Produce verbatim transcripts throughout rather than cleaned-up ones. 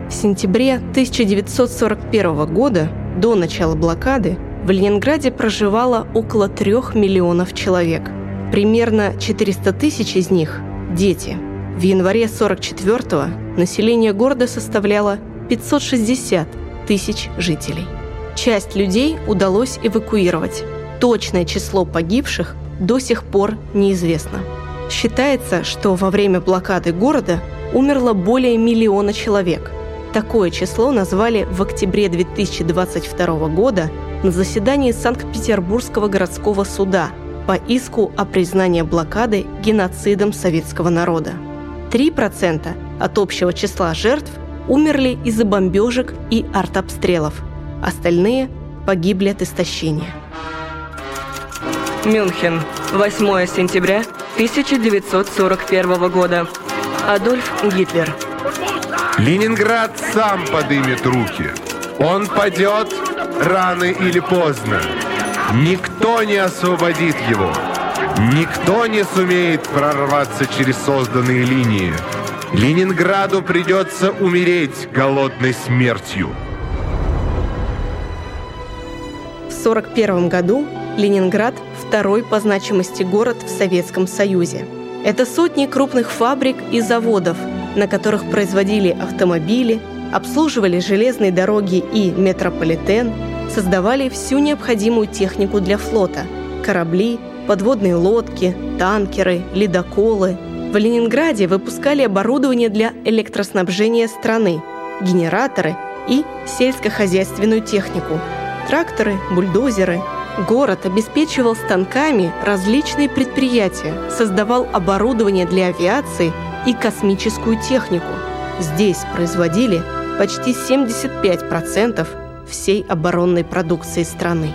В сентябре тысяча девятьсот сорок первого года, до начала блокады, в Ленинграде проживало около трех миллионов человек. Примерно четыреста тысяч из них – дети. В январе сорок четвёртого население города составляло пятьсот шестьдесят тысяч жителей. Часть людей удалось эвакуировать. Точное число погибших до сих пор неизвестно. Считается, что во время блокады города умерло более миллиона человек. Такое число назвали в октябре две тысячи двадцать второго года на заседании Санкт-Петербургского городского суда по иску о признании блокады геноцидом советского народа. три процента от общего числа жертв умерли из-за бомбежек и артобстрелов. Остальные погибли от истощения. Мюнхен, восьмое сентября тысяча девятьсот сорок первого года. Адольф Гитлер. Ленинград сам подымет руки. Он падет рано или поздно. Никто не освободит его. Никто не сумеет прорваться через созданные линии. Ленинграду придется умереть голодной смертью. В сорок первом году Ленинград – второй по значимости город в Советском Союзе. Это сотни крупных фабрик и заводов, на которых производили автомобили, обслуживали железные дороги и метрополитен, создавали всю необходимую технику для флота – корабли, подводные лодки, танкеры, ледоколы. В Ленинграде выпускали оборудование для электроснабжения страны, генераторы и сельскохозяйственную технику – тракторы, бульдозеры. Город обеспечивал станками различные предприятия, создавал оборудование для авиации и космическую технику. Здесь производили почти семьдесят пять процентов всей оборонной продукции страны.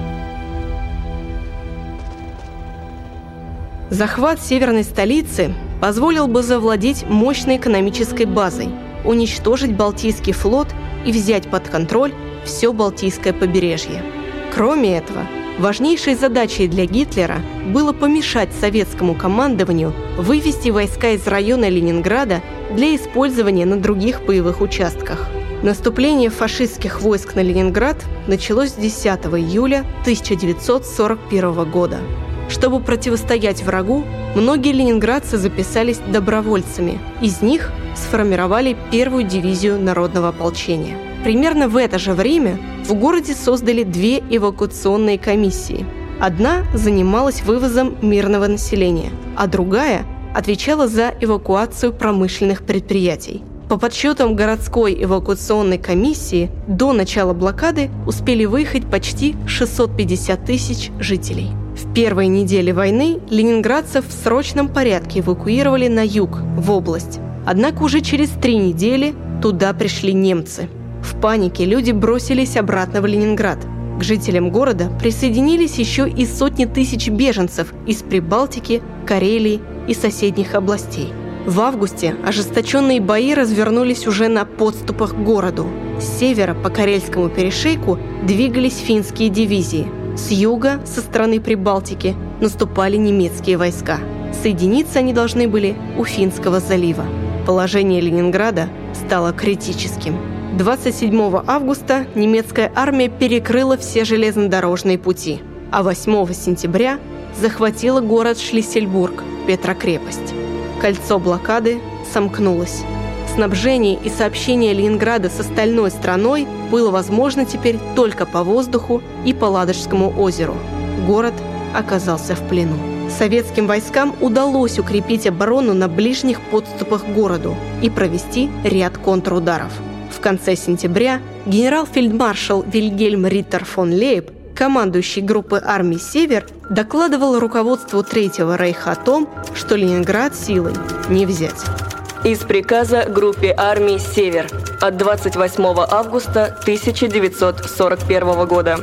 Захват северной столицы позволил бы завладеть мощной экономической базой, уничтожить Балтийский флот и взять под контроль все Балтийское побережье. Кроме этого, важнейшей задачей для Гитлера было помешать советскому командованию вывести войска из района Ленинграда для использования на других боевых участках. Наступление фашистских войск на Ленинград началось десятого июля тысяча девятьсот сорок первого года. Чтобы противостоять врагу, многие ленинградцы записались добровольцами. Из них сформировали первую дивизию народного ополчения. Примерно в это же время в городе создали две эвакуационные комиссии. Одна занималась вывозом мирного населения, а другая отвечала за эвакуацию промышленных предприятий. По подсчетам городской эвакуационной комиссии, до начала блокады успели выехать почти шестьсот пятьдесят тысяч жителей. В первые недели войны ленинградцев в срочном порядке эвакуировали на юг, в область. Однако уже через три недели туда пришли немцы. В панике люди бросились обратно в Ленинград. К жителям города присоединились еще и сотни тысяч беженцев из Прибалтики, Карелии и соседних областей. В августе ожесточенные бои развернулись уже на подступах к городу. С севера по Карельскому перешейку двигались финские дивизии. С юга, со стороны Прибалтики, наступали немецкие войска. Соединиться они должны были у Финского залива. Положение Ленинграда стало критическим. двадцать седьмого августа немецкая армия перекрыла все железнодорожные пути, а восьмого сентября захватила город Шлиссельбург, Петрокрепость. Кольцо блокады сомкнулось. Снабжение и сообщение Ленинграда с остальной страной было возможно теперь только по воздуху и по Ладожскому озеру. Город оказался в плену. Советским войскам удалось укрепить оборону на ближних подступах к городу и провести ряд контрударов. В конце сентября генерал-фельдмаршал Вильгельм Риттер фон Лейб, командующий группой армий «Север», докладывал руководству Третьего рейха о том, что Ленинград силой не взять. Из приказа группе армий «Север» от двадцать восьмого августа тысяча девятьсот сорок первого года.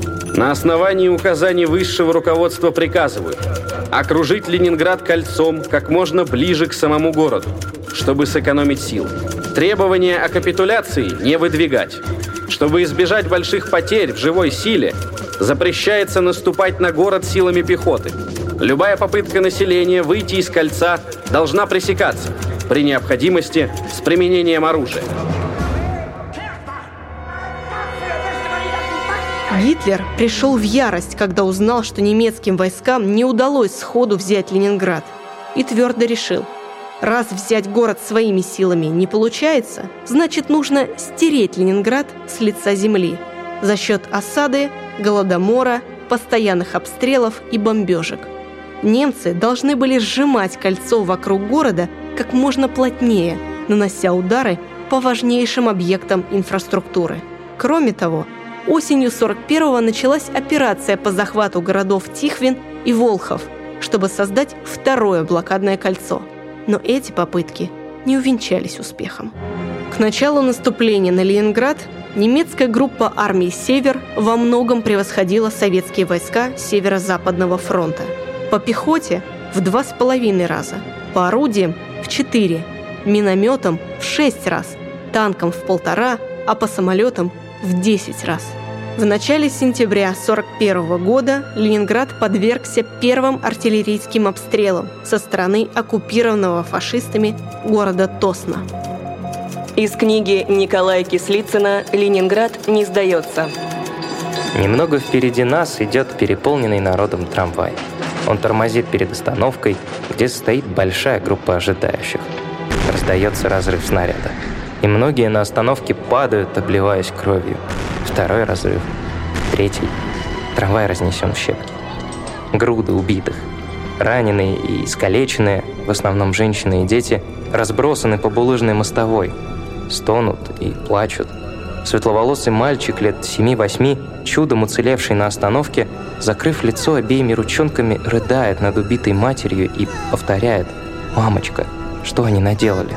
На основании указаний высшего руководства приказываю окружить Ленинград кольцом как можно ближе к самому городу, чтобы сэкономить силы. Требования о капитуляции не выдвигать. Чтобы избежать больших потерь в живой силе, запрещается наступать на город силами пехоты. Любая попытка населения выйти из кольца должна пресекаться, при необходимости с применением оружия. Гитлер пришел в ярость, когда узнал, что немецким войскам не удалось сходу взять Ленинград, и твердо решил: раз взять город своими силами не получается, значит, нужно стереть Ленинград с лица земли за счет осады, голодомора, постоянных обстрелов и бомбежек. Немцы должны были сжимать кольцо вокруг города как можно плотнее, нанося удары по важнейшим объектам инфраструктуры. Кроме того, осенью сорок первого началась операция по захвату городов Тихвин и Волхов, чтобы создать второе блокадное кольцо. Но эти попытки не увенчались успехом. К началу наступления на Ленинград немецкая группа армии «Север» во многом превосходила советские войска Северо-Западного фронта. По пехоте – в два с половиной раза, по орудиям – в четыре, минометам – в шесть раз, танкам – в полтора, а по самолетам – в десять раз. В начале сентября сорок первого года Ленинград подвергся первым артиллерийским обстрелам со стороны оккупированного фашистами города Тосна. Из книги Николая Кислицына «Ленинград не сдается». Немного впереди нас идет переполненный народом трамвай. Он тормозит перед остановкой, где стоит большая группа ожидающих. Раздается разрыв снаряда, и многие на остановке падают, обливаясь кровью. Второй разрыв. Третий. Трамвай разнесен в щепки. Груды убитых. Раненые и искалеченные, в основном женщины и дети, разбросаны по булыжной мостовой. Стонут и плачут. Светловолосый мальчик лет семи-восьми, чудом уцелевший на остановке, закрыв лицо обеими ручонками, рыдает над убитой матерью и повторяет: «Мамочка, что они наделали?»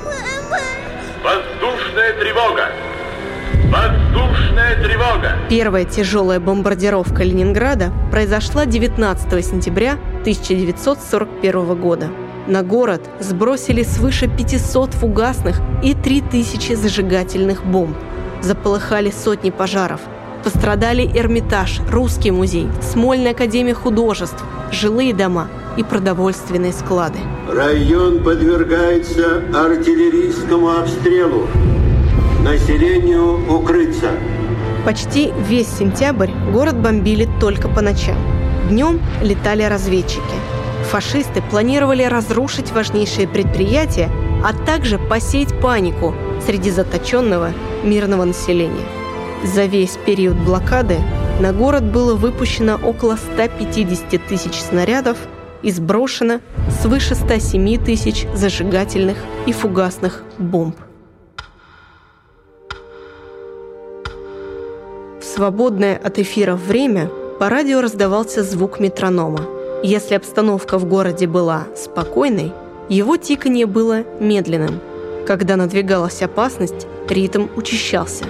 Воздушная тревога! Воздушная тревога! Первая тяжелая бомбардировка Ленинграда произошла девятнадцатого сентября тысяча девятьсот сорок первого года. На город сбросили свыше пятисот фугасных и три тысячи зажигательных бомб. Заполыхали сотни пожаров. Пострадали Эрмитаж, Русский музей, Смольная академия художеств, жилые дома и продовольственные склады. Район подвергается артиллерийскому обстрелу. Населению укрыться. Почти весь сентябрь город бомбили только по ночам. Днем летали разведчики. Фашисты планировали разрушить важнейшие предприятия, а также посеять панику среди заточенного мирного населения. За весь период блокады на город было выпущено около ста пятидесяти тысяч снарядов и сброшено свыше ста семи тысяч зажигательных и фугасных бомб. В свободное от эфиров время по радио раздавался звук метронома. Если обстановка в городе была спокойной, его тиканье было медленным. Когда надвигалась опасность, ритм учащался.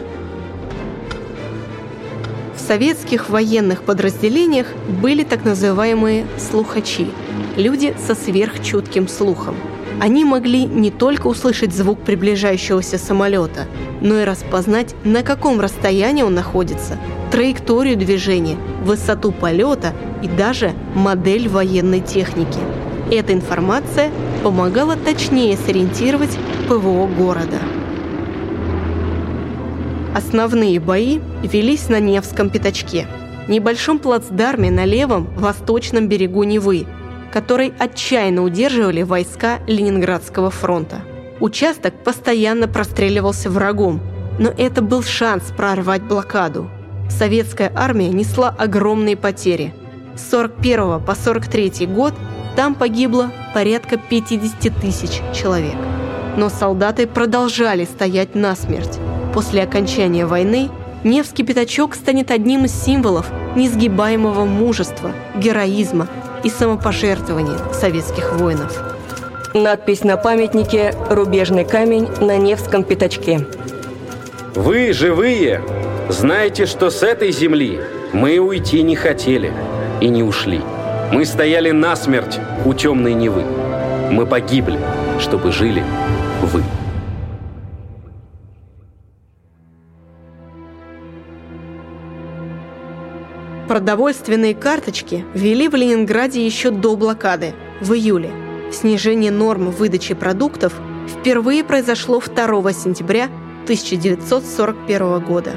В советских военных подразделениях были так называемые слухачи – люди со сверхчутким слухом. Они могли не только услышать звук приближающегося самолета, но и распознать, на каком расстоянии он находится, траекторию движения, высоту полета и даже модель военной техники. Эта информация помогала точнее сориентировать ПВО города. Основные бои велись на Невском пятачке, небольшом плацдарме на левом восточном берегу Невы, который отчаянно удерживали войска Ленинградского фронта. Участок постоянно простреливался врагом, но это был шанс прорвать блокаду. Советская армия несла огромные потери. С сорок первого по сорок третий год там погибло порядка пятидесяти тысяч человек. Но солдаты продолжали стоять насмерть. После окончания войны Невский пятачок станет одним из символов несгибаемого мужества, героизма и самопожертвования советских воинов. Надпись на памятнике «Рубежный камень» на Невском пятачке. Вы, живые, знаете, что с этой земли мы уйти не хотели и не ушли. Мы стояли насмерть у темной Невы. Мы погибли, чтобы жили вы. Продовольственные карточки ввели в Ленинграде еще до блокады, в июле. Снижение норм выдачи продуктов впервые произошло второго сентября тысяча девятьсот сорок первого года.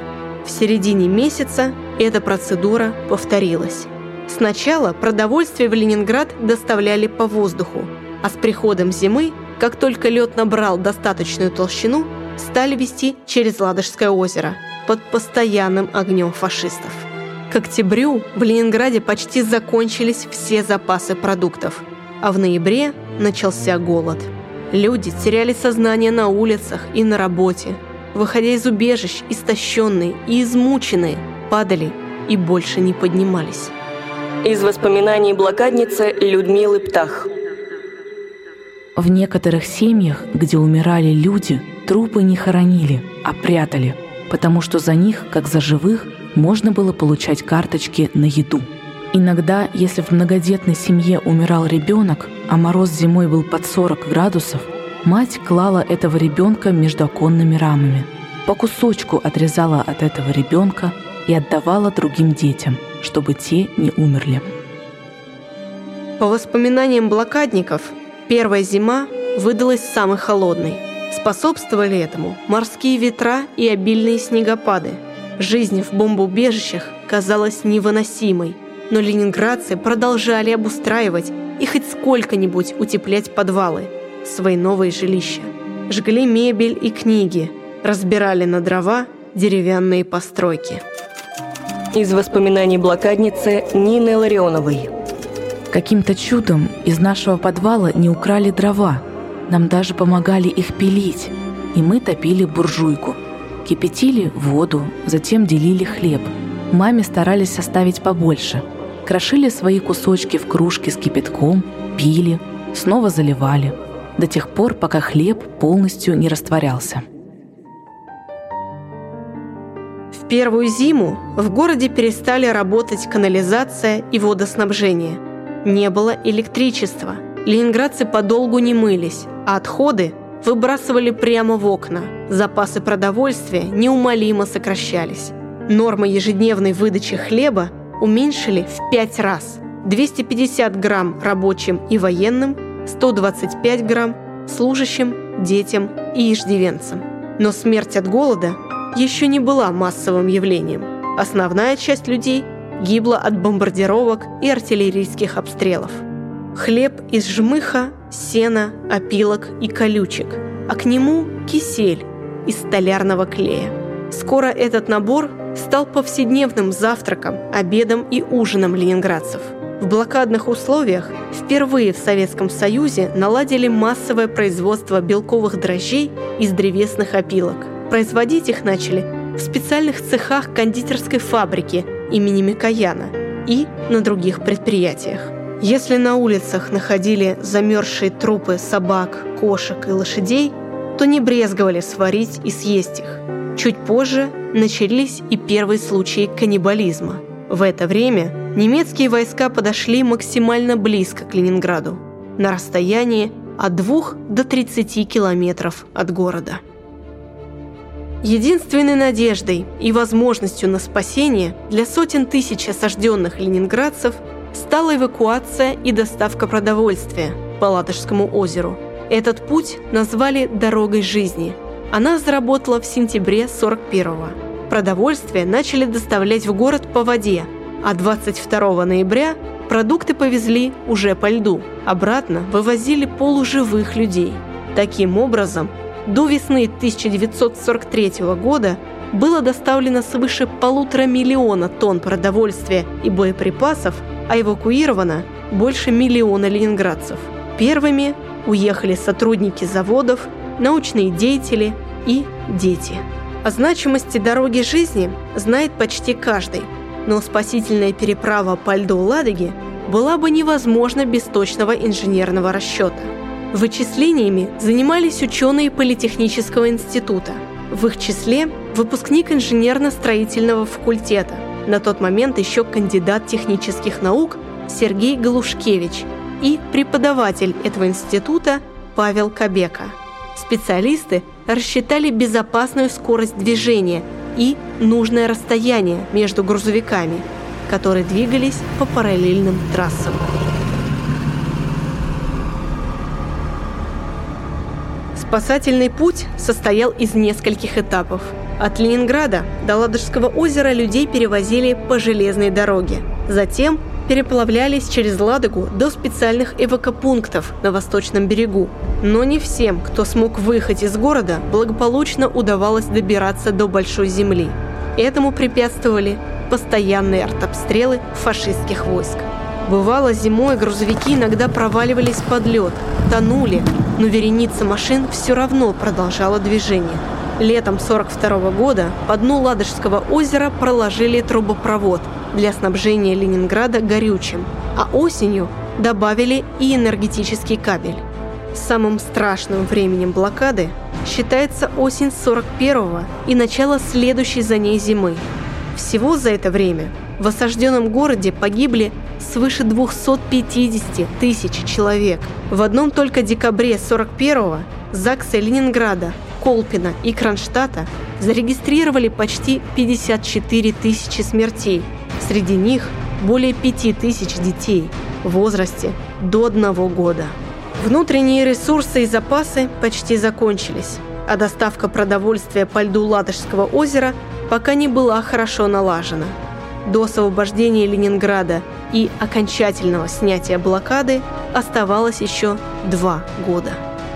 В середине месяца эта процедура повторилась. Сначала продовольствие в Ленинград доставляли по воздуху, а с приходом зимы, как только лед набрал достаточную толщину, стали везти через Ладожское озеро под постоянным огнем фашистов. К октябрю в Ленинграде почти закончились все запасы продуктов, а в ноябре начался голод. Люди теряли сознание на улицах и на работе, выходя из убежищ, истощенные и измученные, падали и больше не поднимались. Из воспоминаний блокадницы Людмилы Птах. В некоторых семьях, где умирали люди, трупы не хоронили, а прятали, потому что за них, как за живых, можно было получать карточки на еду. Иногда, если в многодетной семье умирал ребенок, а мороз зимой был под сорок градусов, мать клала этого ребенка между оконными рамами, по кусочку отрезала от этого ребенка и отдавала другим детям, чтобы те не умерли. По воспоминаниям блокадников, первая зима выдалась самой холодной. Способствовали этому морские ветра и обильные снегопады. Жизнь в бомбоубежищах казалась невыносимой, но ленинградцы продолжали обустраивать и хоть сколько-нибудь утеплять подвалы, свои новые жилища. Жгли мебель и книги, разбирали на дрова деревянные постройки. Из воспоминаний блокадницы Нины Ларионовой. Каким-то чудом из нашего подвала не украли дрова. Нам даже помогали их пилить, и мы топили буржуйку. Кипятили воду, затем делили хлеб. Маме старались оставить побольше. Крошили свои кусочки в кружке с кипятком, пили, снова заливали. До тех пор, пока хлеб полностью не растворялся. В первую зиму в городе перестали работать канализация и водоснабжение. Не было электричества. Ленинградцы подолгу не мылись, а отходы выбрасывали прямо в окна. Запасы продовольствия неумолимо сокращались. Нормы ежедневной выдачи хлеба уменьшили в пять раз. двести пятьдесят грамм рабочим и военным, сто двадцать пять грамм служащим, детям и иждивенцам. Но смерть от голода еще не была массовым явлением. Основная часть людей гибла от бомбардировок и артиллерийских обстрелов. Хлеб из жмыха, сена, опилок и колючек, а к нему кисель из столярного клея. Скоро этот набор стал повседневным завтраком, обедом и ужином ленинградцев. В блокадных условиях впервые в Советском Союзе наладили массовое производство белковых дрожжей из древесных опилок. Производить их начали в специальных цехах кондитерской фабрики имени Микояна и на других предприятиях. Если на улицах находили замерзшие трупы собак, кошек и лошадей, то не брезговали сварить и съесть их. Чуть позже начались и первые случаи каннибализма. В это время немецкие войска подошли максимально близко к Ленинграду, на расстоянии от двух до тридцати километров от города. Единственной надеждой и возможностью на спасение для сотен тысяч осажденных ленинградцев стала эвакуация и доставка продовольствия по Ладожскому озеру. Этот путь назвали «дорогой жизни». Она заработала в сентябре сорок первого. Продовольствие начали доставлять в город по воде, а двадцать второго ноября продукты повезли уже по льду. Обратно вывозили полуживых людей. Таким образом, до весны тысяча девятьсот сорок третьего года было доставлено свыше полутора миллиона тонн продовольствия и боеприпасов, а эвакуировано больше миллиона ленинградцев. Первыми уехали сотрудники заводов, научные деятели и дети. О значимости дороги жизни знает почти каждый, но спасительная переправа по льду Ладоги была бы невозможна без точного инженерного расчета. Вычислениями занимались ученые Политехнического института. В их числе выпускник инженерно-строительного факультета, на тот момент еще кандидат технических наук Сергей Галушкевич и преподаватель этого института Павел Кобека. Специалисты рассчитали безопасную скорость движения и нужное расстояние между грузовиками, которые двигались по параллельным трассам. Спасательный путь состоял из нескольких этапов. От Ленинграда до Ладожского озера людей перевозили по железной дороге. Затем переплавлялись через Ладогу до специальных эвакопунктов на восточном берегу. Но не всем, кто смог выехать из города, благополучно удавалось добираться до Большой земли. Этому препятствовали постоянные артобстрелы фашистских войск. Бывало, зимой грузовики иногда проваливались под лед, тонули, но вереница машин все равно продолжала движение. Летом сорок второго года по дну Ладожского озера проложили трубопровод для снабжения Ленинграда горючим, а осенью добавили и энергетический кабель. Самым страшным временем блокады считается осень сорок первого и начало следующей за ней зимы. Всего за это время в осажденном городе погибли свыше двухсот пятидесяти тысяч человек. В одном только декабре сорок первого ЗАГСы Ленинграда, Колпино и Кронштадта зарегистрировали почти пятьдесят четыре тысячи смертей. Среди них более пяти тысяч детей в возрасте до одного года. Внутренние ресурсы и запасы почти закончились, а доставка продовольствия по льду Ладожского озера пока не была хорошо налажена. До освобождения Ленинграда и окончательного снятия блокады оставалось еще два года.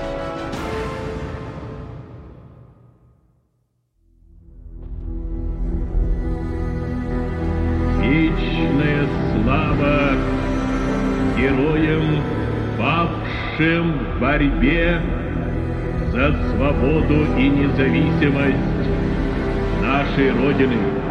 Вечная слава героям, павшим в борьбе за свободу и независимость нашей Родины.